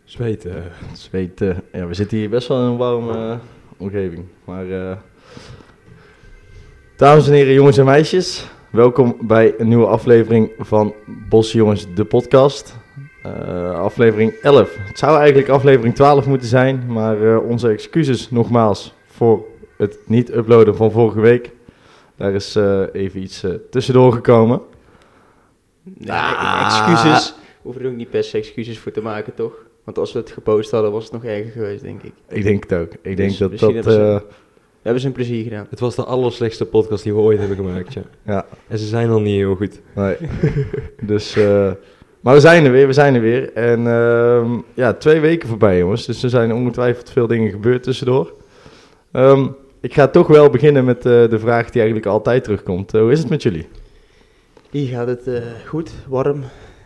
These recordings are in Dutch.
Zweten. Ja, we zitten hier best wel in een warme omgeving. Maar dames en heren, jongens en meisjes. Welkom bij een nieuwe aflevering van Bosse Jongens, de podcast. Aflevering 11. Het zou eigenlijk aflevering 12 moeten zijn. Maar onze excuses nogmaals voor het niet uploaden van vorige week. Daar is even iets tussendoor gekomen. Nee, excuses. Hoeven er ook niet per se excuses voor te maken, toch? Want als we het gepost hadden, was het nog erger geweest, denk ik. Ik denk het ook. Ik denk dat hebben ze een plezier gedaan. Het was de allerslechtste podcast die we ooit hebben gemaakt, ja. Ja. En ze zijn al niet heel goed. Nee. Dus, maar we zijn er weer. En 2 weken voorbij, jongens. Dus er zijn ongetwijfeld veel dingen gebeurd tussendoor. Ik ga toch wel beginnen met de vraag die eigenlijk altijd terugkomt. Hoe is het met jullie? Hier gaat het goed, warm.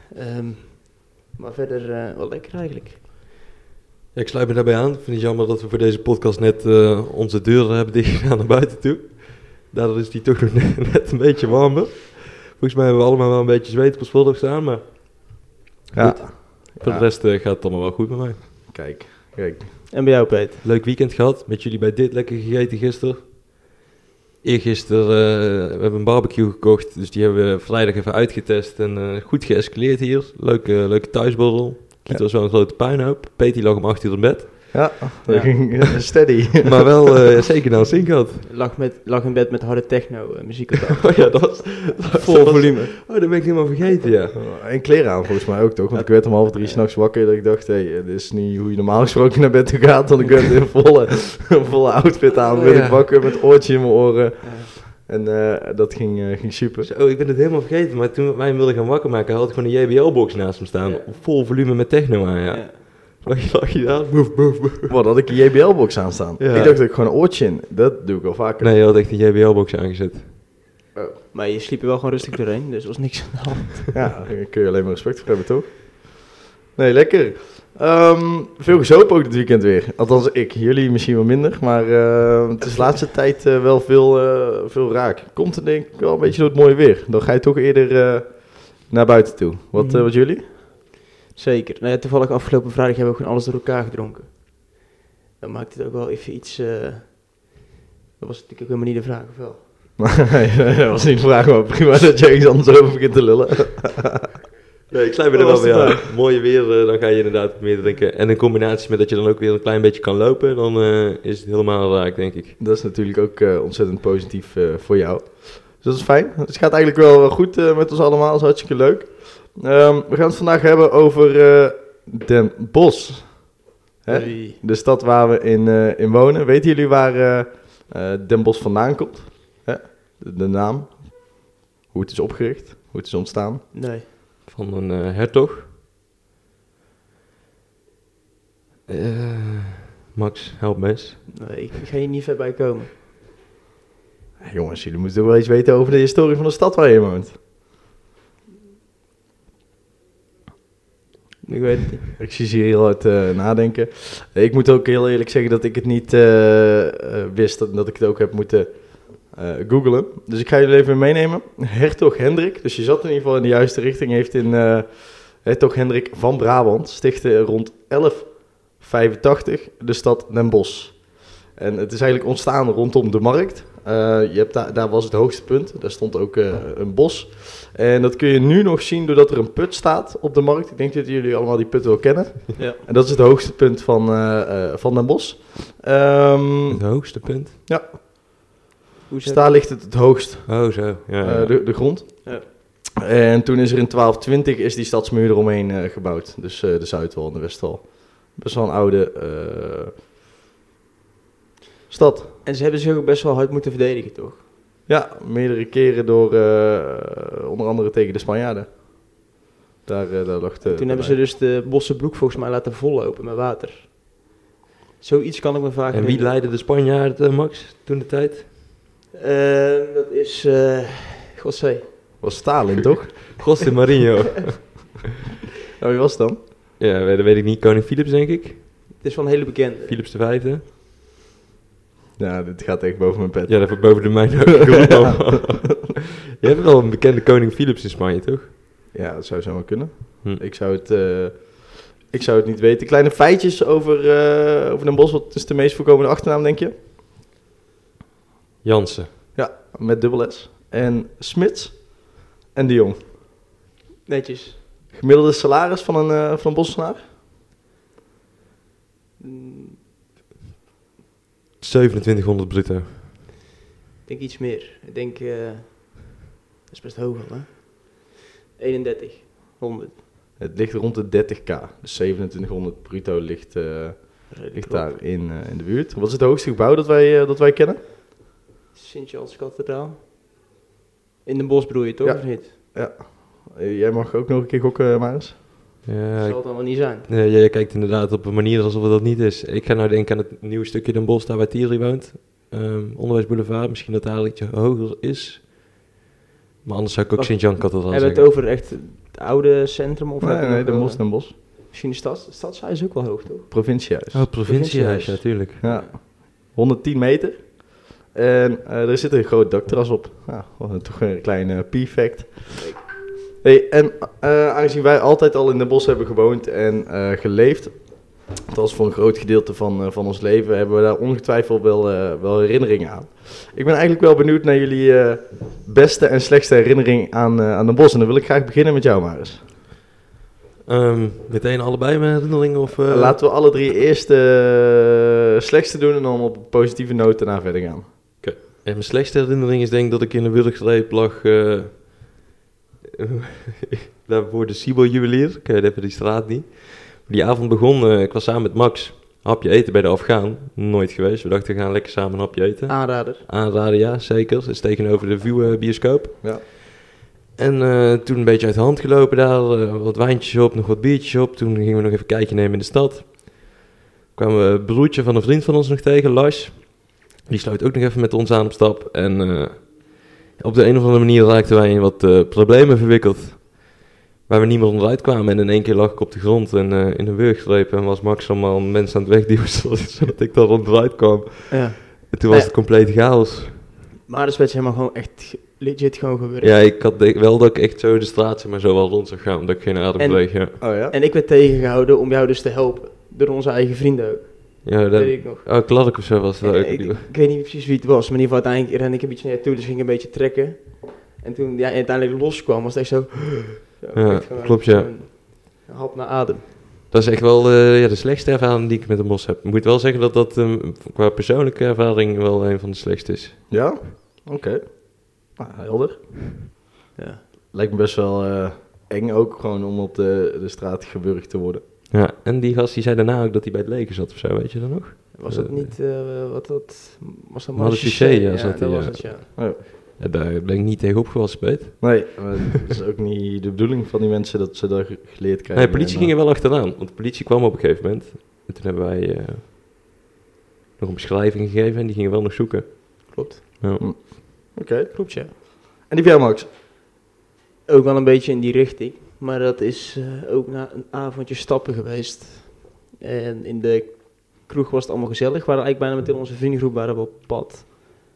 Maar verder wel lekker eigenlijk. Ja, ik sluit me daarbij aan. Ik vind het jammer dat we voor deze podcast net onze deuren hebben dichtgedaan naar buiten toe. Daardoor is die toch nog net een beetje warmer. Volgens mij hebben we allemaal wel een beetje zweet op ons voorhoofd staan, maar goed. Voor de rest gaat het allemaal wel goed met mij. Kijk. En bij jou, Peet? Leuk weekend gehad. Met jullie bij dit lekker gegeten gisteren. Eergisteren we hebben een barbecue gekocht, dus die hebben we vrijdag even uitgetest en goed geëscaleerd hier. Leuke thuisborrel. Kiet was wel een grote puinhoop. Peti lag om 8 uur in bed. Ja, dat ging steady. Maar wel zeker naar een zink had. Lag in bed met harde techno muziek op de Oh ja, dat was vol volume. Oh, dat ben ik helemaal vergeten, ja. En kleren aan volgens mij ook toch, want ik werd om 2:30 s'nachts wakker dat ik dacht, dit is niet hoe je normaal gesproken naar bed toe gaat, want ik werd in volle outfit aan, werd ik wakker met oortje in mijn oren. Ja. En dat ging super. Zo, ik ben het helemaal vergeten, maar toen wij hem wilden gaan wakker maken, had ik gewoon een JBL-box naast hem staan, vol volume met techno aan, ja. Lag je daar? Wat, had ik een JBL-box aanstaan? Ja. Ik dacht dat ik gewoon een oortje in. Dat doe ik wel vaker. Nee, je had echt een JBL-box aangezet. Oh. Maar je sliep er wel gewoon rustig doorheen, dus er was niks aan de hand. Ja, daar kun je alleen maar respect voor hebben, toch? Nee, lekker. Veel gezopen ook dit weekend weer. Althans ik, jullie misschien wel minder. Maar het is de laatste tijd wel veel raak. Komt er denk ik wel een beetje door het mooie weer. Dan ga je toch eerder naar buiten toe. Wat jullie? Zeker. Nou ja, toevallig afgelopen vrijdag hebben we gewoon alles door elkaar gedronken. Dan maakt het ook wel even iets... Dat was natuurlijk ook helemaal niet de vraag, of wel? Nee, dat was niet de vraag, maar prima dat je ergens anders over begint te lullen. Nee, ik sluit me er wel bij aan. Mooie weer, dan ga je inderdaad meer drinken. En in combinatie met dat je dan ook weer een klein beetje kan lopen, dan is het helemaal raak, denk ik. Dat is natuurlijk ook ontzettend positief voor jou. Dus dat is fijn. Het gaat eigenlijk wel goed met ons allemaal, dat is hartstikke leuk. We gaan het vandaag hebben over Den Bosch. Hey. De stad waar we in wonen. Weten jullie waar Den Bosch vandaan komt? De naam? Hoe het is opgericht? Hoe het is ontstaan? Nee. Van een hertog. Max, help me eens. Nee, ik ga hier niet ver bij komen. Jongens, jullie moeten toch wel iets weten over de historie van de stad waar je woont. Ik weet het niet. Ik zie ze hier heel hard nadenken. Ik moet ook heel eerlijk zeggen dat ik het niet wist en dat ik het ook heb moeten googlen. Dus ik ga jullie even meenemen. Hertog Hendrik, dus je zat in ieder geval in de juiste richting, heeft in Hertog Hendrik van Brabant stichtte rond 1185 de stad Den Bosch. En het is eigenlijk ontstaan rondom de markt. Daar was het hoogste punt. Daar stond ook een bos. En dat kun je nu nog zien doordat er een put staat op de markt. Ik denk dat jullie allemaal die put wel kennen. Ja. En dat is het hoogste punt van Den Bosch. Het hoogste punt? Ja. Dus daar ligt het hoogst. Oh, zo. Ja. De grond. Ja. En toen is er in 1220 is die stadsmuur eromheen gebouwd. Dus de Zuidwal en de Westwal. Best wel een oude stad. En ze hebben zich ook best wel hard moeten verdedigen, toch? Ja, meerdere keren door onder andere tegen de Spanjaarden. Daar lag de... Toen hebben ze dus de Bosse broek volgens mij laten vollopen met water. Zoiets kan ik me vaak En wie leidde de Spanjaarden, Max, toen de tijd? Dat is... Godzee. Was Stalin, toch? José Marinho. Oh, wie was het dan? Ja, dat weet ik niet. Koning Philips, denk ik. Het is wel een hele bekende. Philips de Vijfde. Ja, dit gaat echt boven mijn pet. Ja, dat wordt boven de mijne ook. Je hebt wel een bekende koning Philips in Spanje, toch? Ja, dat zou zomaar kunnen. Hm. Ik zou het Ik zou het niet weten. Kleine feitjes over Den Bosch. Wat is de meest voorkomende achternaam, denk je? Jansen. Ja, met dubbel S. En Smits en de Jong. Netjes. Gemiddelde salaris van een Bossenaar? 2700 bruto. Ik denk iets meer. Ik denk, dat is best hoog al, hè? 3100. Het ligt rond de 30k. Dus 2700 bruto ligt daar in de buurt. Wat is het hoogste gebouw dat wij kennen? Sint-Jans-kathedraal. In Den Bosch bedoel je toch, Ja. of niet? Ja. Jij mag ook nog een keer gokken, Maris. Ja, Dat zal het allemaal niet zijn. nee, jij kijkt inderdaad op een manier alsof het dat niet is. Ik ga nou denken aan het nieuwe stukje Den Bosch, daar waar Thierry woont. Onderwijsboulevard, misschien dat daar iets hoger is. Maar anders zou ik ook Wacht, Sint-Jan-kathedraal Hebben we zeggen. het over echt het oude centrum? Of hebben we Nee, nog, Den Bosch. misschien de stadshuis is ook wel hoog, toch? Provinciehuis. Oh, het provinciehuis, provinciehuis. ja, natuurlijk. Ja. 110 meter. En er zit een groot dakterras op. Ja, toch een kleine P-fact. Hey, en aangezien wij altijd al in Den Bosch hebben gewoond en geleefd, althans voor een groot gedeelte van ons leven, hebben we daar ongetwijfeld wel herinneringen aan. Ik ben eigenlijk wel benieuwd naar jullie beste en slechtste herinnering aan Den Bosch. En dan wil ik graag beginnen met jou, Maris. Meteen allebei mijn herinneringen? Of, Laten we alle drie eerst slechtste doen en dan op een positieve noot daarna verder gaan. Ja, mijn slechtste herinnering is denk ik dat ik in een wurggreep lag daar voor de Sibo juwelier. Ik weet even die straat niet. Die avond begon, ik was samen met Max, een hapje eten bij de Afghaan. Nooit geweest, we dachten we gaan lekker samen een hapje eten. Aanrader. Aanraden, ja, zeker. Dat is tegenover de View bioscoop. Ja. En toen een beetje uit de hand gelopen daar, wat wijntjes op, nog wat biertjes op. Toen gingen we nog even een kijkje nemen in de stad. Kwamen we het broertje van een vriend van ons nog tegen, Lars. Die sloot ook nog even met ons aan op stap. En op de een of andere manier raakten wij in wat problemen verwikkeld. Waar we niet meer onderuit kwamen. En in één keer lag ik op de grond en in een wurggreep. En was Max allemaal mensen aan het wegduwen zodat ik daar onderuit kwam. Ja. En toen was het compleet chaos. Maar dus werd je helemaal gewoon echt legit gewoon gebeurd. Ja, ik had wel dat ik echt zo de straat zeg maar zo wel rond zou gaan. Omdat ik geen adem En- kreeg, ja. Oh ja? En ik werd tegengehouden om jou dus te helpen. Door onze eigen vrienden ook. Ja, Dat dat, weet ik nog. oh, Clark of zo was dat ook. Ik weet niet precies wie het was, maar in ieder geval uiteindelijk ren ik een beetje naar je toe, dus ging ik een beetje trekken. En toen ja, uiteindelijk loskwam, was het echt zo... Ja, echt gewoon klopt, ja. Een hap naar adem. Dat is echt wel de slechtste ervaring die ik met de Bos heb. Ik moet wel zeggen dat dat qua persoonlijke ervaring wel een van de slechtste is. Ja? Oké. Nou, helder. Ja. Lijkt me best wel eng ook, gewoon om op de straat gewurgd te worden. Ja, en die gast die zei daarna ook dat hij bij het leger zat of zo, weet je dat nog? Was dat niet, wat dat... Was dat Marseillais, ja, zat dat hij, was ja. het, ja. Ja, daar ben ik niet tegen opgewassen, Peet. Nee, maar dat is ook niet de bedoeling van die mensen dat ze daar geleerd krijgen. Nee, de politie ging er wel achteraan, want de politie kwam op een gegeven moment. En toen hebben wij nog een beschrijving gegeven en die gingen wel nog zoeken. Klopt. Ja. Oké. Klopt, ja. En die van jou, Max? Ook wel een beetje in die richting. Maar dat is ook na een avondje stappen geweest. En in de kroeg was het allemaal gezellig. We waren eigenlijk bijna met onze vriendengroep waren we op pad.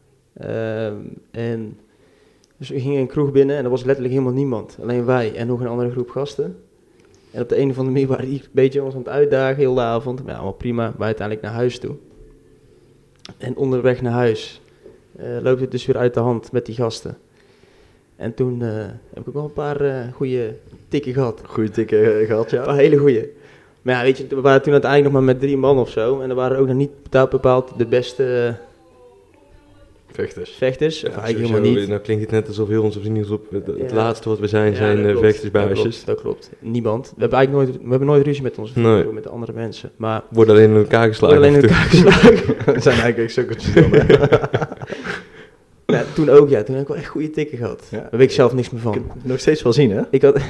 En dus we gingen een kroeg binnen en er was letterlijk helemaal niemand. Alleen wij en nog een andere groep gasten. En op de een of andere manier waren die een beetje ons aan het uitdagen heel de avond. Maar ja, allemaal prima. Wij uiteindelijk naar huis toe. En onderweg naar huis loopt het dus weer uit de hand met die gasten. En toen heb ik ook wel een paar goede tikken gehad. Goeie tikken gehad, Een ja. paar hele goede. Maar ja, weet je, we waren toen uiteindelijk nog maar met 3 man of zo. En er waren ook nog niet bepaald de beste Vechters. vechters. Of Ja, eigenlijk sowieso, helemaal niet. Nou klinkt het net alsof heel onze vriendengroep, het Ja. laatste wat we zijn, Ja, zijn dat klopt. vechtersbuisjes. Dat klopt. Niemand. We hebben eigenlijk nooit, we hebben nooit ruzie met onze vrienden, Nee. met de andere mensen. Maar Worden alleen in elkaar we geslagen. alleen in af en toe. elkaar geslagen. Dat zijn eigenlijk sukkeltjes dan, hè? Ja, toen ook, ja. Toen heb ik wel echt goede tikken gehad. Ja. Daar weet ik zelf niks meer Ik van. kan het nog steeds wel zien, hè? Ik had...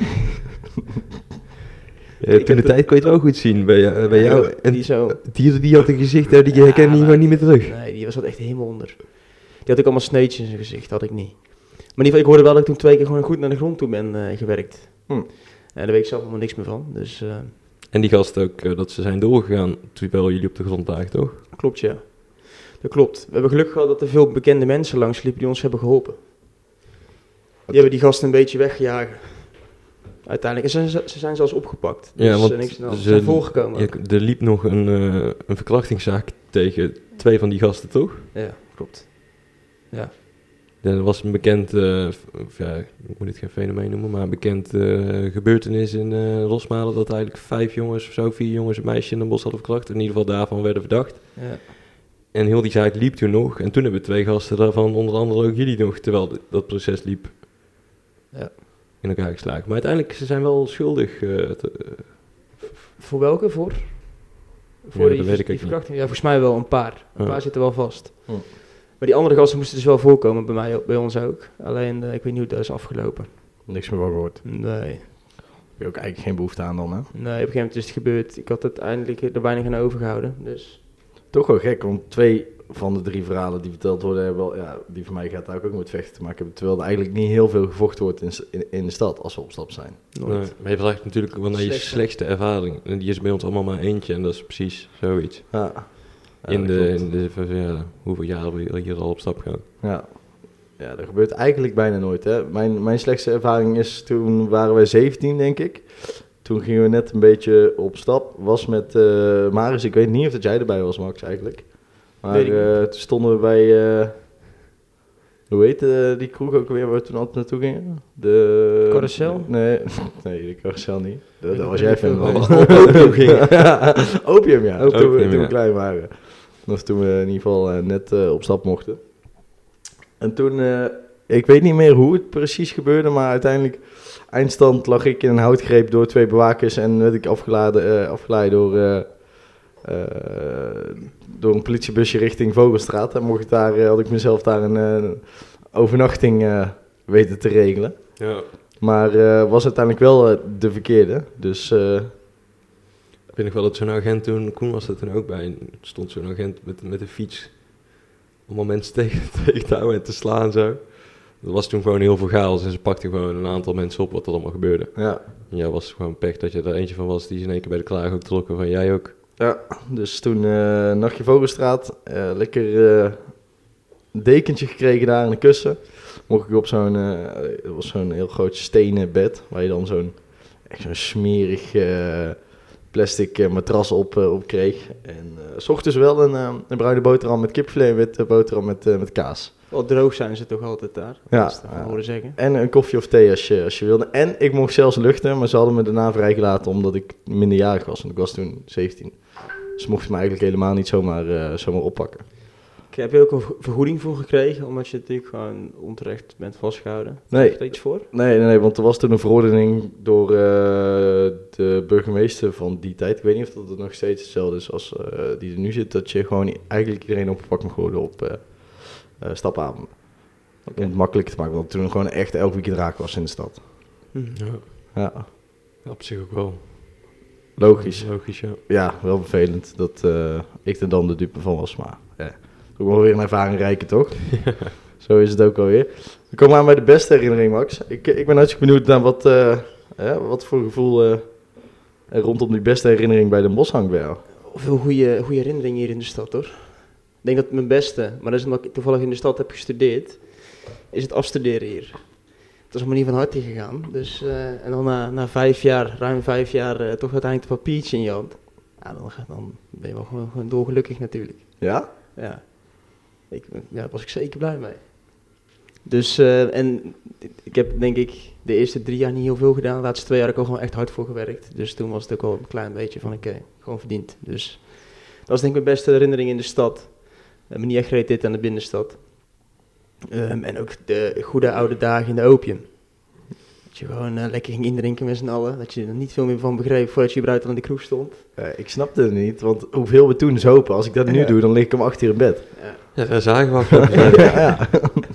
Ja, toen de tijd kon je het wel goed zien bij jou. En die zo... die had een gezicht, die herkende je gewoon niet meer terug. Nee, die was wat echt helemaal onder. Die had ook allemaal sneetjes in zijn gezicht, had ik niet. Maar in ieder geval, ik hoorde wel dat ik toen 2 keer gewoon goed naar de grond toe ben gewerkt. Hm. En daar weet ik zelf helemaal niks meer van. Dus En die gast ook, dat ze zijn doorgegaan terwijl jullie op de grond lagen, toch? klopt, ja. Dat klopt. We hebben geluk gehad dat er veel bekende mensen langs liepen die ons hebben geholpen. Die hebben die gasten een beetje weggejaagd. Uiteindelijk. En ze zijn zelfs opgepakt. Dus, Ja, want niks snel. Ze ze- zijn voorgekomen. Ja, er liep nog een verkrachtingszaak tegen 2 van die gasten, toch? Ja, klopt. Ja. Er was een bekend, ik moet het geen fenomeen noemen, maar een bekend gebeurtenis in Rosmalen dat eigenlijk 5 jongens of zo, 4 jongens, een meisje in een bos hadden verkracht. In ieder geval daarvan werden verdacht. Ja. En heel die zaak liep toen nog. En toen hebben 2 gasten daarvan, onder andere ook jullie nog, terwijl dat proces liep, Ja. in elkaar geslagen. Maar uiteindelijk, ze zijn wel schuldig. Voor welke? Voor dat die, weet ik die ook verkrachting? Ja, volgens mij wel een paar. Een Ja. paar zitten wel vast. Hm. Maar die andere gasten moesten dus wel voorkomen bij ons ook. Alleen, ik weet niet hoe dat is afgelopen. Niks meer van gehoord. Nee. Heb je ook eigenlijk geen behoefte aan dan, hè? Nee, op een gegeven moment is het gebeurd. Ik had het eindelijk er weinig aan overgehouden. Dus Toch wel gek, want 2 van de 3 verhalen die verteld worden, hebben wel, ja, die van mij gaat daar ook met vechten te maken hebben. Terwijl er eigenlijk niet heel veel gevochten wordt in de stad als we op stap zijn. nooit. Nee, maar je vraagt natuurlijk wel naar je Slechtste. slechtste ervaring. En die is bij ons allemaal maar eentje en dat is precies zoiets. Ja. Ja, in, dat klopt. hoeveel jaar we hier al op stap gaan. Ja, dat gebeurt eigenlijk bijna nooit. Hè. Mijn slechtste ervaring is, toen waren wij 17, denk ik. Toen gingen we net een beetje op stap. Was met Maris, ik weet niet of dat jij erbij was, Max, eigenlijk. Maar Weet ik toen stonden we bij, hoe heet die kroeg ook weer waar we toen altijd naartoe gingen? De Carousel? Nee, nee, de Carousel niet. Dat Ik was weet jij niet fan veel van. Opium ging. Opium, ja. Opium, Toen we ja. klein waren. Of toen we in ieder geval net op stap mochten. En toen, ik weet niet meer hoe het precies gebeurde, maar uiteindelijk, eindstand lag ik in een houtgreep door 2 bewakers en werd ik afgeleid door een politiebusje richting Vogelstraat. En had ik mezelf daar een overnachting weten te regelen. Ja. Maar was uiteindelijk wel de verkeerde. Dus Ik weet nog wel dat zo'n agent toen, Koen was er toen ook bij, en stond zo'n agent met een fiets om al mensen tegen te houden en te slaan en zo. Dat was toen gewoon heel veel chaos en ze pakten gewoon een aantal mensen op wat er allemaal gebeurde. ja. Ja, was gewoon pech dat je er eentje van was die ze in één keer bij de klager ook trokken van jij ook. Ja, dus toen nachtje Vogelstraat, lekker een dekentje gekregen daar en een kussen. Mocht ik op het was zo'n heel groot stenen bed, waar je dan echt zo'n smerig plastic matras op kreeg. En 's ochtends wel een bruine boterham met kipfilet en witte boterham met kaas. Wel droog zijn ze toch altijd daar? Ja, Dat is te horen zeggen. En een koffie of thee als je wilde. En ik mocht zelfs luchten, maar ze hadden me daarna vrijgelaten omdat ik minderjarig was. Want ik was toen 17. Ze mochten me eigenlijk helemaal niet zomaar oppakken. Heb je ook een vergoeding voor gekregen, omdat je natuurlijk gewoon onterecht bent vastgehouden? Nee. Is er iets voor? Nee, want er was toen een verordening door de burgemeester van die tijd. Ik weet niet of dat nog steeds hetzelfde is als die er nu zit. Dat je gewoon eigenlijk iedereen opgepakt mag worden op stapavond. Om het makkelijker te maken, want toen gewoon echt elk weekend raak was in de stad. Hm. Ja, Op zich ook wel. logisch. Logisch, ja. Ja, wel vervelend dat ik er dan de dupe van was, maar ook wel weer een ervaring rijken, toch? Zo is het ook alweer. We komen aan bij de beste herinnering, Max. Ik ben hartstikke benieuwd naar wat voor gevoel er rondom die beste herinnering bij Den Bosch hangt bij jou. Veel goede herinneringen hier in de stad, hoor. Ik denk dat mijn beste, maar dat is omdat ik toevallig in de stad heb gestudeerd, is het afstuderen hier. Het is allemaal niet van harte gegaan. Dus, en dan na 5 jaar, ruim 5 jaar, toch uiteindelijk het papiertje in je hand. Ja, dan ben je wel gewoon dolgelukkig natuurlijk. Ja? Ja. Daar was ik zeker blij mee. Dus, en ik heb denk ik de eerste 3 jaar niet heel veel gedaan. De laatste 2 jaar heb ik al gewoon echt hard voor gewerkt. Dus toen was het ook al een klein beetje van oké, gewoon verdiend. Dus dat was denk ik mijn beste herinnering in de stad. Me niet echt gerelateerd aan de binnenstad. En ook de goede oude dagen in de Opium. Dat je gewoon lekker ging indrinken met z'n allen. Dat je er niet veel meer van begreep voordat je überhaupt aan de kroeg stond. Ik snapte het niet, want hoeveel we toen zopen. Als ik dat nu doe, dan lig ik om 8 uur in bed. Ja. Ja, daar zagen we afgelopen Ja.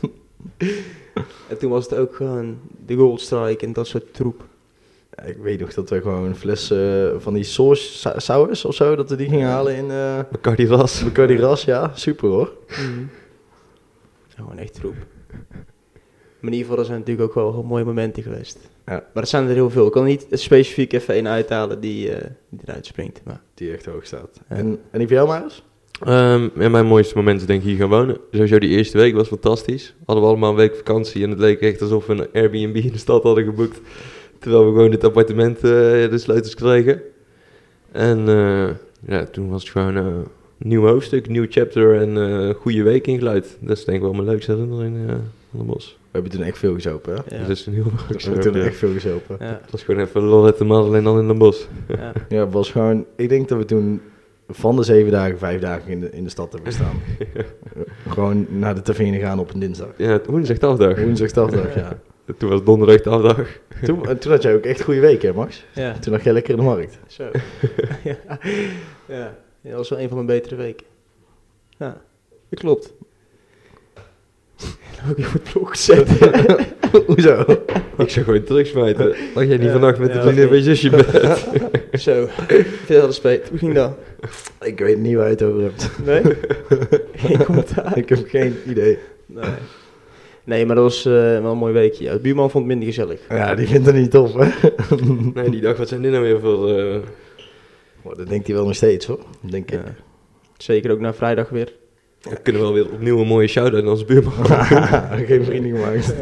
En toen was het ook gewoon de Goldstrike en dat soort troep. Ja, ik weet nog dat we gewoon een fles van die saus of zo, dat we die gingen halen in Bacardi Ras. Bacardi Ras. Ja, super hoor. Gewoon echt troep. Maar in ieder geval, dat zijn natuurlijk ook wel heel mooie momenten geweest. Ja. Maar dat zijn er heel veel. Ik kan niet specifiek even één uithalen die eruit springt. Maar. Die echt hoog staat. Ja. En die voor jou, Marius? En mijn mooiste moment is denk ik hier gaan wonen. Sowieso die eerste week was fantastisch. Hadden we allemaal een week vakantie en het leek echt alsof we een Airbnb in de stad hadden geboekt. Terwijl we gewoon dit appartement de sleutels kregen. En toen was het gewoon een nieuw hoofdstuk, nieuw chapter en goede week ingeluid. Dat is denk ik wel mijn leukste herinnering van de bos. We hebben toen echt veel gezopen, hè? Ja. Dat is een heel leuk We hebben toen echt veel gezopen. Ja. Het was gewoon even Lorette Madeleine dan in de bos. Ja. Ja, het was gewoon... Ik denk dat we toen van de 7 dagen, 5 dagen in de stad hebben gestaan. Gewoon naar de taverne gaan op een dinsdag. Ja, woensdag de afdag. Woensdag, dag, ja. Toen was donderdag de afdag. Toen had jij ook echt goede week, hè, Max? Ja. Toen lag jij lekker in de markt. Zo. Ja. Ja. Ja, dat was wel een van mijn betere weken. Ja, dat klopt. Dan heb ik op het blog gezet. Hoezo? Ik zou gewoon terugsmijten. Lag jij niet Ja, vannacht met de ja, vriendin van je zusje in bed? Zo, veel spijt. Hoe ging dat? Ik weet niet waar je het over hebt. Nee? Geen commentaar? Ik heb geen idee. Nee. Nee, maar dat was wel een mooi weekje. Ja, de buurman vond het minder gezellig. Ja, die vindt het niet tof, hè? Nee, die dag, wat zijn dit nou weer voor... Oh, dat denkt hij wel nog steeds, hoor. Denk ik. Ja. Zeker ook na vrijdag weer. We kunnen wel weer opnieuw een mooie shout-out aan onze buurman. Geen vrienden gemaakt.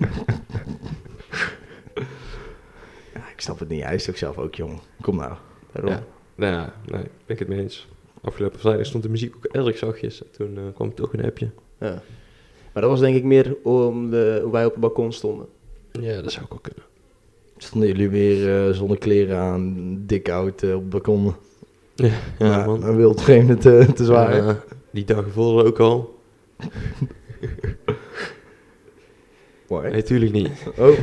Ja, ik snap het niet. Hij is toch zelf ook jong. Kom nou. Daarom. Ja. Nou ja, nee, ben ik het mee eens. Afgelopen vrijdag stond de muziek ook erg zachtjes. En toen kwam toch een appje. Ja. Maar dat was denk ik meer om hoe wij op het balkon stonden. Ja, dat zou ook wel kunnen. Stonden jullie weer zonder kleren aan, dik oud op het balkon. Ja, man. Een wild vreemde te zwaaien. Ja, die dagen voor ook al. Mooi. Nee, tuurlijk niet. Oh.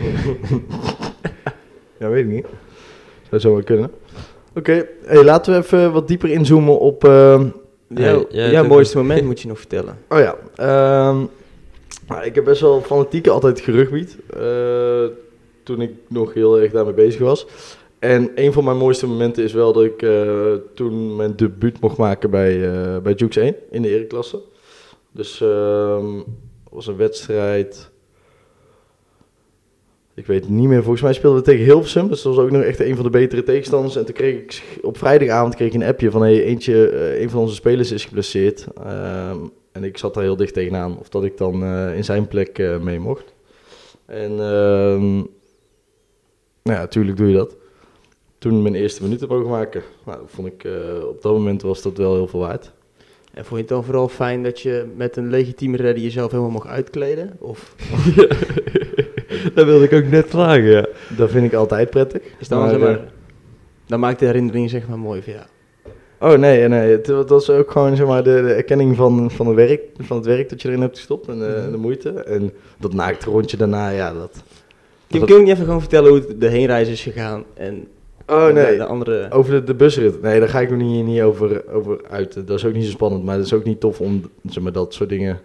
Ja, weet ik niet. Zou zo wel kunnen. Oké, hey, laten we even wat dieper inzoomen op... Jouw mooiste moment moet je nog vertellen. Oh ja, nou, ik heb best wel fanatiek altijd gerugbied. Toen ik nog heel erg daarmee bezig was. En een van mijn mooiste momenten is wel dat ik toen mijn debuut mocht maken bij Jukes 1 in de ereklasse. Dus was een wedstrijd... Ik weet het niet meer, volgens mij speelden we tegen Hilversum. Dus dat was ook nog echt een van de betere tegenstanders. En toen kreeg ik op vrijdagavond een appje van... een van onze spelers is geblesseerd. En ik zat daar heel dicht tegenaan. Of dat ik dan in zijn plek mee mocht. En nou ja, natuurlijk doe je dat. Toen mijn eerste minuten mogen maken. Nou, vond ik, op dat moment was dat wel heel veel waard. En vond je het dan vooral fijn dat je met een legitieme redder jezelf helemaal mocht uitkleden? Of Dat wilde ik ook net vragen, ja. Dat vind ik altijd prettig. is dan, dan maakt de herinnering zeg maar mooi voor jou? Oh nee, het was ook gewoon zeg maar, de erkenning van het werk dat je erin hebt gestopt en de moeite. En dat naakte rondje daarna, ja, dat... Kun je ook niet even gewoon vertellen hoe het de heenreis is gegaan? En Oh nee, de andere... over de busrit. Nee, daar ga ik nog niet over uit. Dat is ook niet zo spannend, maar het is ook niet tof om zeg maar, dat soort dingen...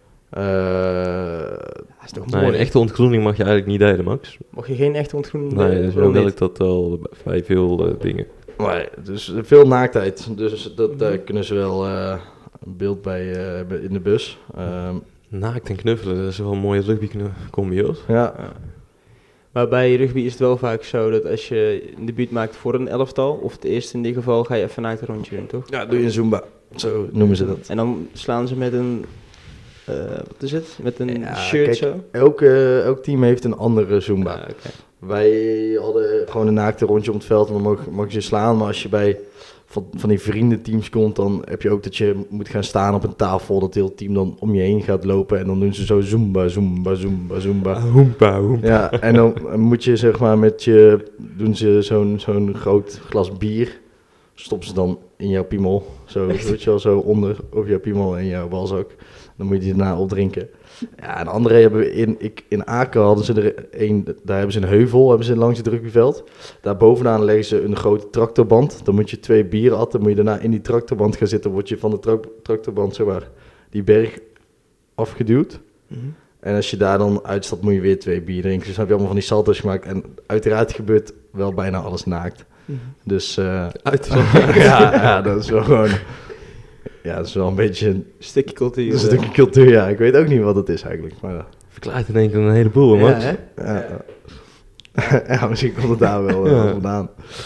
Dat is toch Nee, mooi? een echte ontgroening mag je eigenlijk niet delen, Max. Mag je geen echte ontgroening? Nee, dus waarom wel niet? ik dat al bij veel dingen. Maar dus veel naaktheid. Dus daar kunnen ze wel een beeld bij hebben in de bus. Naakt en knuffelen, dat is wel een mooie rugby-combi, hoor. Ja. Maar bij rugby is het wel vaak zo dat als je een debuut maakt voor een elftal, of het eerste in dit geval, ga je even naakt een rondje doen, toch? Ja, doe je een Zumba. Zo noemen ze dat. En dan slaan ze met een, wat is het? Met een Ja, shirt kijk, zo? Elk team heeft een andere Zumba. Ah, oké. Wij hadden gewoon een naakte rondje om het veld en dan mag je slaan. Maar als je bij van die vriendenteams komt, dan heb je ook dat je moet gaan staan op een tafel. Dat heel team dan om je heen gaat lopen en dan doen ze zo Zumba, Zumba, Zumba, Zumba. Hoempa, hoempa. Ja, en dan moet je zeg maar doen ze zo'n groot glas bier. Stoppen ze dan in jouw piemel. Zo, weet je wel, zo onder over jouw piemel en jouw balzak. Dan moet je die daarna opdrinken. Ja, en andere hebben we in Aken hadden ze er een, daar hebben ze een heuvel, hebben ze langs het rugbyveld. Daar bovenaan leggen ze een grote tractorband. Dan moet je 2 bieren atten, moet je daarna in die tractorband gaan zitten. Word je van de tractorband, zeg maar, die berg afgeduwd. Mhm. En als je daar dan uitstapt, moet je weer 2 bier drinken. Dus dan heb je allemaal van die salto's gemaakt. En uiteraard gebeurt wel bijna alles naakt. Mhm. Dus Uiteraard. ja, dat is wel gewoon... Ja, dat is wel een beetje een Stukje cultuur. stukje cultuur. Ja, ik weet ook niet wat het is eigenlijk. Maar Verklaart in één keer een heleboel, Ja, Max. hè? ja, ja, misschien komt het daar wel Ja. vandaan.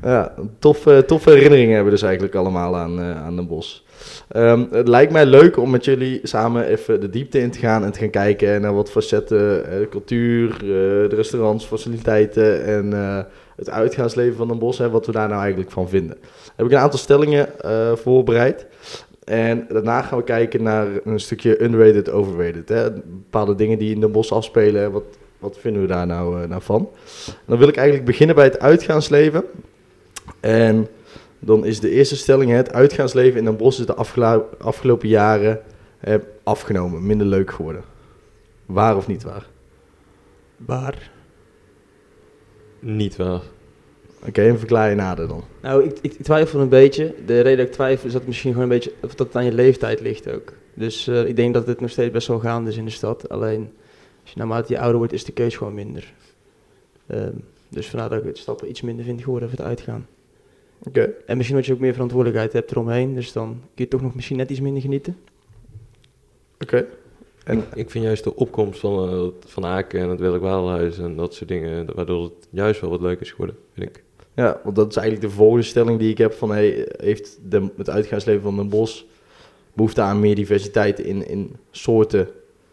Ja, toffe herinneringen hebben we dus eigenlijk allemaal aan Den Bosch. Het lijkt mij leuk om met jullie samen even de diepte in te gaan en te gaan kijken naar wat facetten, de cultuur, de restaurants, faciliteiten en het uitgaansleven van Den Bosch, wat we daar nou eigenlijk van vinden. Daar heb ik een aantal stellingen voorbereid. En daarna gaan we kijken naar een stukje underrated, overrated. Bepaalde dingen die in Den Bosch afspelen, wat vinden we daar nou van? En dan wil ik eigenlijk beginnen bij het uitgaansleven. En dan is de eerste stelling, het uitgaansleven in Den Bosch is de afgelopen jaren afgenomen, minder leuk geworden. Waar of niet waar? Waar? Niet waar. Oké, en verklaar je nader dan. Nou, ik twijfel een beetje. De reden dat ik twijfel is dat het misschien gewoon een beetje, of dat het aan je leeftijd ligt ook. Dus ik denk dat het nog steeds best wel gaande is in de stad. Alleen, als je naarmate je ouder wordt, is de keus gewoon minder. Dus vandaar dat ik het stappen iets minder vind geworden voor het uitgaan. Oké. En misschien dat je ook meer verantwoordelijkheid hebt eromheen. Dus dan kun je toch nog misschien net iets minder genieten. Oké. En Ik vind juist de opkomst van Aken en het Werkwalenhuis en dat soort dingen, waardoor het juist wel wat leuker is geworden, vind ik. ja, want dat is eigenlijk de volgende stelling die ik heb van, heeft het uitgaansleven van Den Bosch behoefte aan meer diversiteit in soorten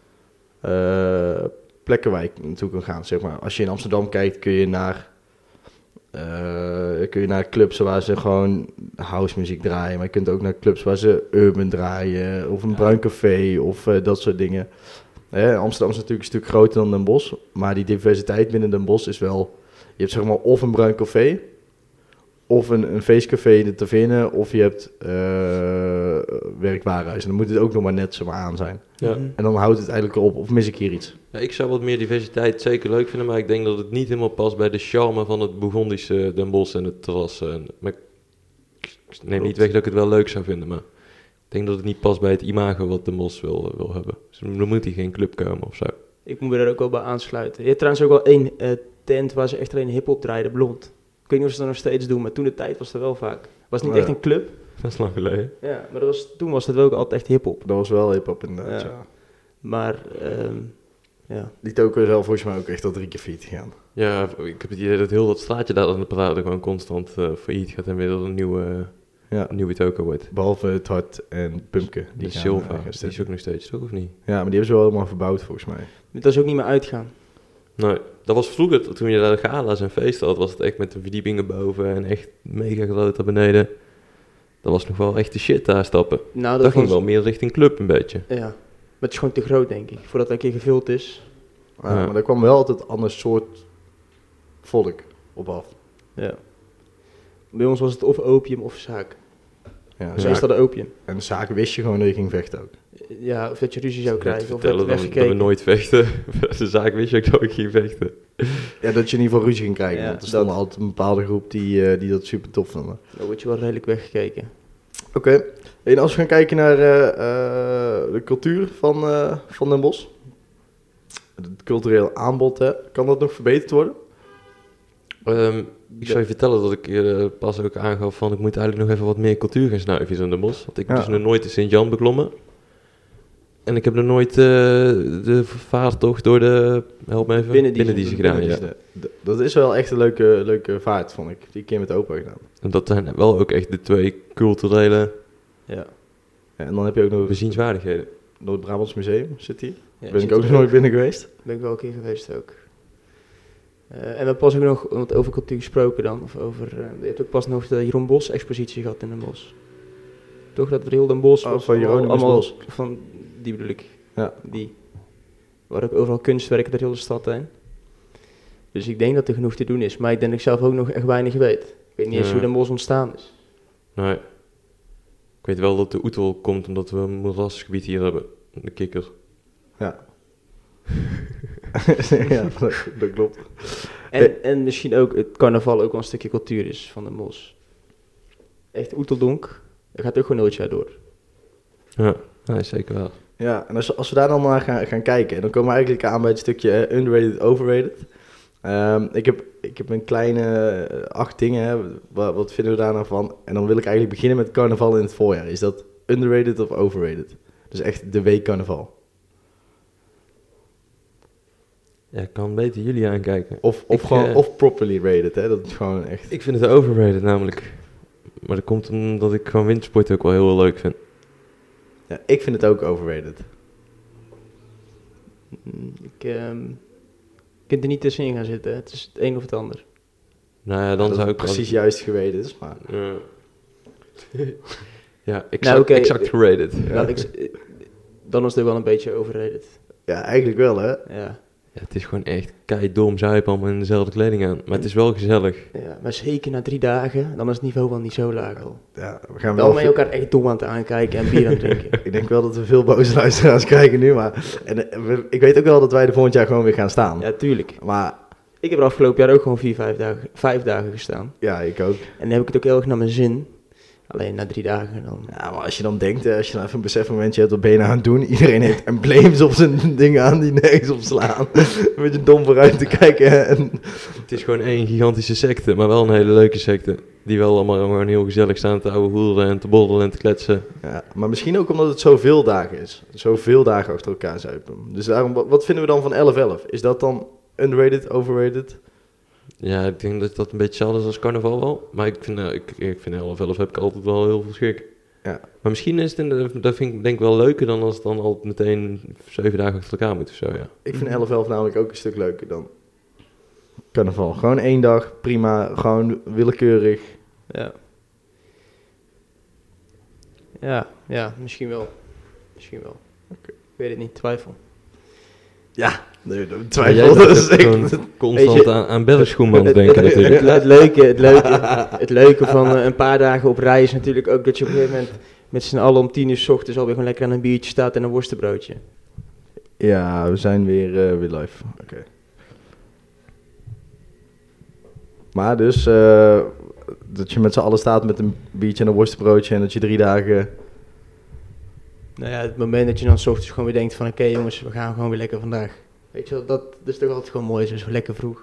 plekken waar je naartoe kan gaan, zeg maar. Als je in Amsterdam kijkt, kun je naar clubs waar ze gewoon house muziek draaien, maar je kunt ook naar clubs waar ze urban draaien, of een bruin café, of dat soort dingen. Amsterdam is natuurlijk een stuk groter dan Den Bosch, maar die diversiteit binnen Den Bosch is wel, je hebt zeg maar of een bruin café, of een feestcafé in de taverne, of je hebt werkwarenhuis. En dan moet het ook nog maar net zo maar aan zijn. Ja. Mhm. En dan houdt het eigenlijk op, of mis ik hier iets? Ja, ik zou wat meer diversiteit zeker leuk vinden, maar ik denk dat het niet helemaal past bij de charme van het Bourgondische Den Bosch en het terras. Maar ik neem niet weg dat ik het wel leuk zou vinden, maar ik denk dat het niet past bij het imago wat Den Bosch wil hebben. Dus dan moet hij geen club komen of zo. Ik moet me daar ook wel bij aansluiten. Je hebt trouwens ook wel één tent waar ze echt alleen hip-hop draaiden, Blond. Ik weet niet of ze dat nog steeds doen, maar toen de tijd was er wel vaak. Het was niet Oh, echt ja. een club, Dat is lang geleden. ja, maar toen was het wel ook altijd echt hip-hop. Dat was wel hip-hop inderdaad, Ja. ja. Maar, ja. Die toko is wel volgens mij ook echt al 3 keer failliet gegaan. Ja, ik heb het idee dat heel dat straatje daar aan de parade gewoon constant failliet gaat en weer dat een nieuwe toko wordt. Behalve het Hart en Pumpke. Die gaan, Silva, gaan die is starten. ook nog steeds, toch of niet? Ja, maar die hebben ze wel helemaal verbouwd volgens mij. Dat is ook niet meer uitgaan. Nee, dat was vroeger, toen je daar de gala's en feesten had, was het echt met de verdiepingen boven en echt mega groot naar beneden. Dat was nog wel echt de shit daar stappen. Nou, Dat ging was, wel meer richting club een beetje. ja. Maar het is gewoon te groot, denk ik. Voordat dat een keer gevuld is. Ja, Ja. Maar er kwam wel altijd een ander soort volk op af. Ja. Bij ons was het of opium of zaak. Ja, Zo is dat de opium. En de zaak wist je gewoon dat je ging vechten ook. Ja, of dat je ruzie zou Net krijgen. Of vertellen dat dat weggekeken. we nooit vechten. De zaak wist je ook dat ik ging vechten. Ja, dat je in ieder geval ruzie ging krijgen. Ja, want er stond dat. altijd een bepaalde groep die dat super tof vonden. Dan word je wel redelijk weggekeken. Oké. En als we gaan kijken naar de cultuur van Den Bosch. Het cultureel aanbod, kan dat nog verbeterd worden? Ik zou je vertellen dat ik pas ook aangaf van ik moet eigenlijk nog even wat meer cultuur gaan snuiven in Den Bosch. Want ik heb Ja. dus nog nooit de Sint-Jan beklommen. En ik heb nog nooit de vaartocht door de, help me even, Binnendiezen gedaan. Ja. Dat is wel echt een leuke vaart, vond ik. Die keer met opa gedaan. En dat zijn wel ook echt de twee culturele Ja. Ja, en dan heb je ook nog het bezienswaardigheden. Noord-Brabants Museum, zit hier. Ja, Ben zit ik ook er nog nooit binnen geweest. Ben ik wel een keer geweest ook. En we hebben pas ook nog want over cultuur gesproken dan. Of over, je hebt ook pas nog de Jeroen Bos expositie gehad in Den Bosch. Toch dat er heel Den Bosch Oh, was. van Hieronymus allemaal Bos. Van die bedoel ik. Ja. Die. Waar ook overal kunstwerken door heel de stad heen. Dus ik denk dat er genoeg te doen is. Maar ik denk dat ik zelf ook nog echt weinig weet. Ik weet niet eens Ja. hoe Den Bosch ontstaan is. Nee. Ik weet wel dat de Oetel komt omdat we een moerasgebied hier hebben. De kikker. Ja. Ja, dat klopt. En misschien ook het carnaval ook wel een stukje cultuur is van Den Bosch. Echt Oeteldonk. Dat gaat ook gewoon nooit jaar door. Ja, nee, zeker wel. Ja, en als we daar dan naar gaan kijken, dan komen we eigenlijk aan bij het stukje underrated, overrated. Ik heb een kleine 8 dingen, wat vinden we daar nou van? En dan wil ik eigenlijk beginnen met carnaval in het voorjaar. Is dat underrated of overrated? Dus echt de week carnaval. Ja, ik kan beter jullie aankijken. Of properly rated, hè. Dat is gewoon echt... Ik vind het overrated namelijk. Maar dat komt omdat ik gewoon wintersport ook wel heel leuk vind. Ja, ik vind het ook overrated. Je kunt er niet tussenin gaan zitten. Het is het een of het ander. Nou ja, dan dat zou het ik... precies juist geweten is, maar... Ja. Ja, Nou, oké. exact gerated. Ja. Dan is het wel een beetje overrated. Ja, eigenlijk wel, hè. Ja. Ja, het is gewoon echt keidom zuipen allemaal in dezelfde kleding aan. Maar het is wel gezellig. Ja, maar zeker na 3 dagen, dan is het niveau wel niet zo laag al. Ja, we gaan Wel wel... met elkaar echt dom aan het aankijken en bier aan het drinken. Ik denk wel dat we veel boze luisteraars krijgen nu, maar... ik weet ook wel dat wij er volgend jaar gewoon weer gaan staan. Ja, tuurlijk. Maar Ik heb er afgelopen jaar ook gewoon 5 dagen gestaan. ja, ik ook. En dan heb ik het ook heel erg naar mijn zin. Alleen na 3 dagen dan... Ja, maar als je dan denkt, als je dan even een besefmomentje hebt, wat ben je nou aan het doen? Iedereen heeft embleems op zijn dingen aan die nergens op slaan. Een beetje dom vooruit te kijken. Hè? En... Het is gewoon één gigantische secte, maar wel een hele leuke secte. Die wel allemaal gewoon heel gezellig staan te ouwe hoeren en te borrelen en te kletsen. Ja, maar misschien ook omdat het zoveel dagen is. Zoveel dagen achter elkaar zuipen. Dus daarom, wat vinden we dan van 11-11? Is dat dan underrated, overrated? Ja, ik denk dat dat een beetje hetzelfde is als carnaval wel. Maar ik vind 11 heb ik altijd wel heel veel schik. Ja. Maar misschien is het, dat vind ik denk ik wel leuker dan als het dan altijd meteen 7 dagen achter elkaar moet of zo, ja. Ik vind 11-11 namelijk ook een stuk leuker dan carnaval. Gewoon 1 dag, prima, gewoon willekeurig. Ja. Ja, misschien wel. Misschien wel. Oké. Ik weet het niet, twijfel. Ja, nee, Maar twijfel. jij Dat bent is gewoon echt... constant Weet je- aan Bergschoenman te denken natuurlijk. Het leuke van een paar dagen op rij is natuurlijk ook dat je op een gegeven moment met z'n allen om 10 uur 's ochtends alweer gewoon lekker aan een biertje staat en een worstenbroodje. Ja, we zijn weer live. Oké. Maar dus, dat je met z'n allen staat met een biertje en een worstenbroodje en dat je 3 dagen... Nou ja, het moment dat je dan 's ochtends gewoon weer denkt van oké jongens, we gaan gewoon weer lekker vandaag. Weet je wel, dat is toch altijd gewoon mooi, dus lekker vroeg.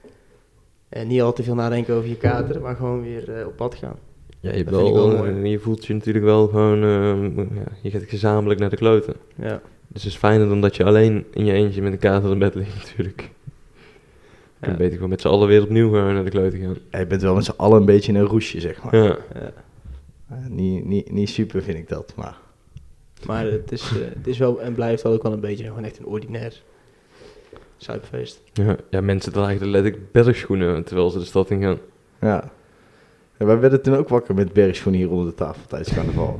En niet al te veel nadenken over je kater, maar gewoon weer op pad gaan. Ja, je, hebt Dat vind ik wel wel, mooi. je voelt je natuurlijk wel gewoon, je gaat gezamenlijk naar de kloten. Ja. Dus het is fijner dan dat je alleen in je eentje met een kater in bed ligt natuurlijk. Je kunt beter gewoon met z'n allen weer opnieuw gaan naar de kloten gaan. Ja, je bent wel met z'n allen een beetje in een roesje, zeg maar. Ja. Ja. Niet super vind ik dat, maar... Maar het is wel en blijft wel ook wel een beetje gewoon echt een ordinair zuipfeest. Ja, mensen dragen er letterlijk bergschoenen terwijl ze de stad in gaan. Ja. En wij werden toen ook wakker met bergschoenen hier onder de tafel tijdens carnaval.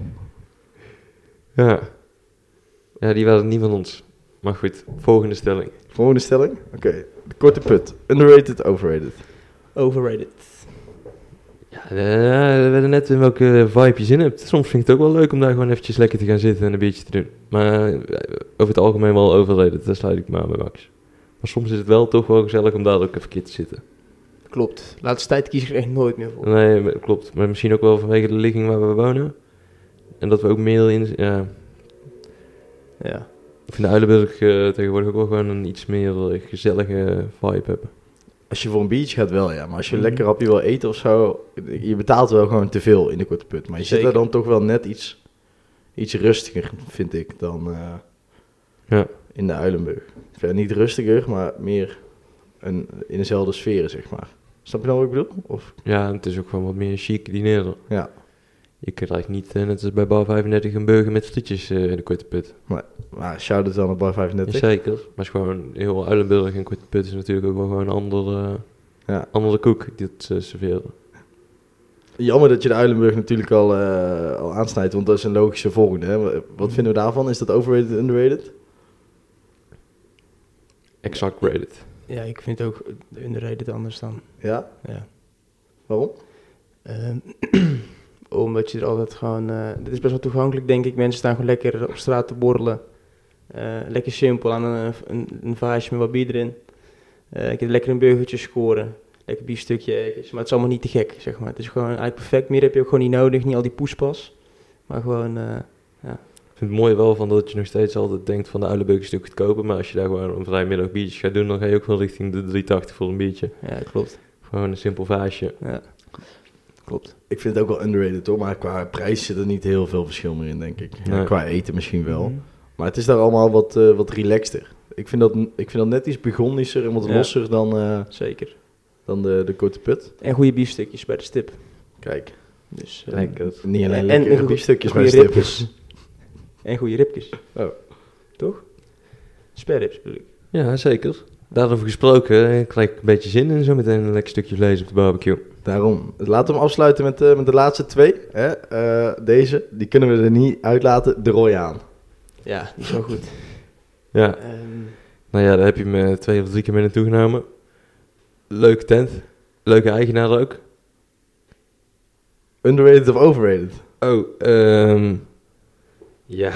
Ja. Ja, die waren niet van ons. Maar goed, volgende stelling. Volgende stelling? Oké. De korte put. Underrated, overrated. Overrated. Ja, we werden net in welke vibe je zin hebt. Soms vind ik het ook wel leuk om daar gewoon eventjes lekker te gaan zitten en een biertje te doen. Maar over het algemeen wel overrated, daar sluit ik me aan bij Max. Maar soms is het wel toch wel gezellig om daar ook even een keer te zitten. Klopt. Laatste tijd kies ik er echt nooit meer voor. Nee, klopt. Maar misschien ook wel vanwege de ligging waar we wonen. En dat we ook meer in... Ja, Ja. ik vind de Uilenburg tegenwoordig ook wel gewoon een iets meer gezellige vibe hebben. Als je voor een biertje gaat wel, ja. Maar als je een Mhm. lekker hapje wil eten of zo... Je betaalt wel gewoon te veel in de korte put. Maar je zit Zeker. er dan toch wel net iets rustiger, vind ik, dan Ja. in de Uilenburg. Verder niet rustiger, maar meer in dezelfde sferen, zeg maar. Snap je nou wat ik bedoel? Of, Ja, en het is ook gewoon wat meer chic dineren. ja. Je krijgt niet, net als bij Bar 35, een burger met frietjes in de korte put. Maar shout-out dan naar Bar 35. Zeker. Maar het is gewoon heel Uilenburg en korte put is natuurlijk ook wel gewoon een andere koek die het serveren. Jammer dat je de Uilenburg natuurlijk al aansnijdt, want dat is een logische volgende. Hè? Wat vinden we daarvan? Is dat overrated, underrated? Exact rated. Ja, ik vind ook underrated anders dan. Ja? Ja. Waarom? Omdat je er altijd gewoon... dit is best wel toegankelijk, denk ik. Mensen staan gewoon lekker op straat te borrelen. Lekker simpel, aan een vaasje met wat bier erin. Ik heb lekker een burgertje scoren. Lekker biefstukje ergens. Maar het is allemaal niet te gek, zeg maar. Het is gewoon eigenlijk perfect. Meer heb je ook gewoon niet nodig. Niet al die poespas. Maar gewoon... Ik vind het mooi wel van dat je nog steeds altijd denkt van de Uilenburg is een stuk goedkoper. Maar als je daar gewoon een vrijmiddag biertjes gaat doen, dan ga je ook wel richting de 3,80 voor een biertje. Ja, klopt. Gewoon een simpel vaasje. Ja, klopt. Ik vind het ook wel underrated hoor, maar qua prijs zit er niet heel veel verschil meer in, denk ik. Ja, Nee. qua eten misschien wel. Mhm. Maar het is daar allemaal wat relaxter. Ik vind dat net iets begonnischer en wat Ja. losser dan Zeker. de Côte de Put. En goede biefstukjes bij de stip. Kijk, Dus, Lekker. niet alleen en lekkere goe- biefstukjes bij goede stippen. ribjes. En goede ribjes. Oh. Toch? Sperrips bedoel ik. Ja, zeker. Daarover gesproken, ik krijg een beetje zin in zo meteen een lekker stukje vlees op de barbecue. Daarom. Laten we hem afsluiten met de laatste twee. Hè? Deze, die kunnen we er niet uitlaten. De Royaan. Ja, die is wel goed. Ja, nou ja, daar heb je me 2 of 3 keer mee naartoe genomen. Leuke tent. Leuke eigenaar ook. Underrated of overrated? Oh, ja.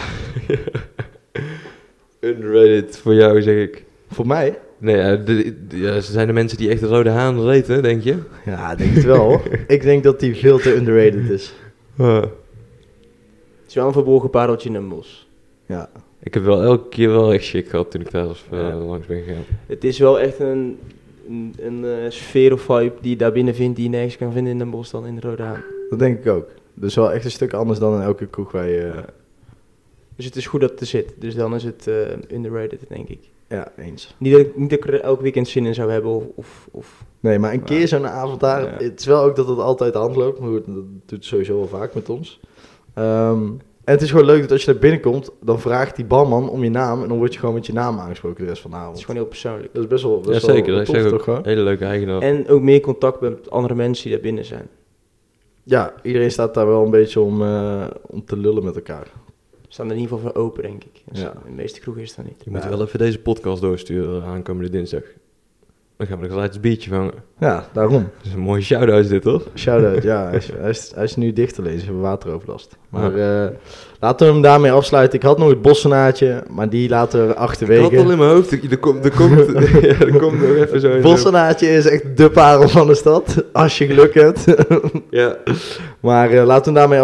Underrated voor jou, zeg ik. Voor mij? Nee, ja, ze zijn de mensen die echt de Rode Haan eten, denk je? Ja, ik denk het wel. Hoor. Ik denk dat die veel te underrated is. Het is wel een verborgen pareltje in een bos. Ja. Ik heb wel elke keer wel echt schik gehad toen ik daar Ja. langs ben gegaan. Het is wel echt een sfeer of vibe die je daar binnen vindt, die je nergens kan vinden in een bos dan in de Rode Haan. Dat denk ik ook. Dus wel echt een stuk anders dan in elke kroeg waar je... Dus het is goed dat het er zit. Dus dan is het underrated, denk ik. Ja, eens. Niet dat ik er elk weekend zin in zou hebben of Nee, maar een keer zo'n avond daar... Ja. Het is wel ook dat het altijd de hand loopt. Maar goed, dat doet het sowieso wel vaak met ons. En het is gewoon leuk dat als je naar binnen komt... dan vraagt die barman om je naam... en dan word je gewoon met je naam aangesproken de rest van de het avond. is gewoon heel persoonlijk. Dat is best wel, Ja, best zeker. wel Dat tof, is toch ook gewoon? een hele leuke eigenaar. En ook meer contact met andere mensen die daar binnen zijn. Ja, iedereen staat daar wel een beetje om te lullen met elkaar. We staan er in ieder geval voor open, denk ik. Dus Ja. in de meeste kroegen is dat niet. Je moet Ja. wel even deze podcast doorsturen aankomende dinsdag. Dan gaan we er gelijk een biertje vangen. Ja, daarom. Dat is een mooie shout-out is dit, hoor. Shout-out, ja. Hij is nu dicht te lezen. Ze hebben wateroverlast. Maar laten we hem daarmee afsluiten. Ik had nog het bossenaartje, maar die laten we Ik achterwege. had al in mijn hoofd. Er komt nog even zo in. Bossenaartje is echt de parel van de stad. Als je geluk hebt. Ja. Maar laten we hem daarmee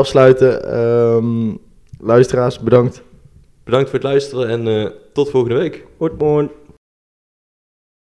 afsluiten. Luisteraars, bedankt. Bedankt voor het luisteren en tot volgende week. Goed, morgen.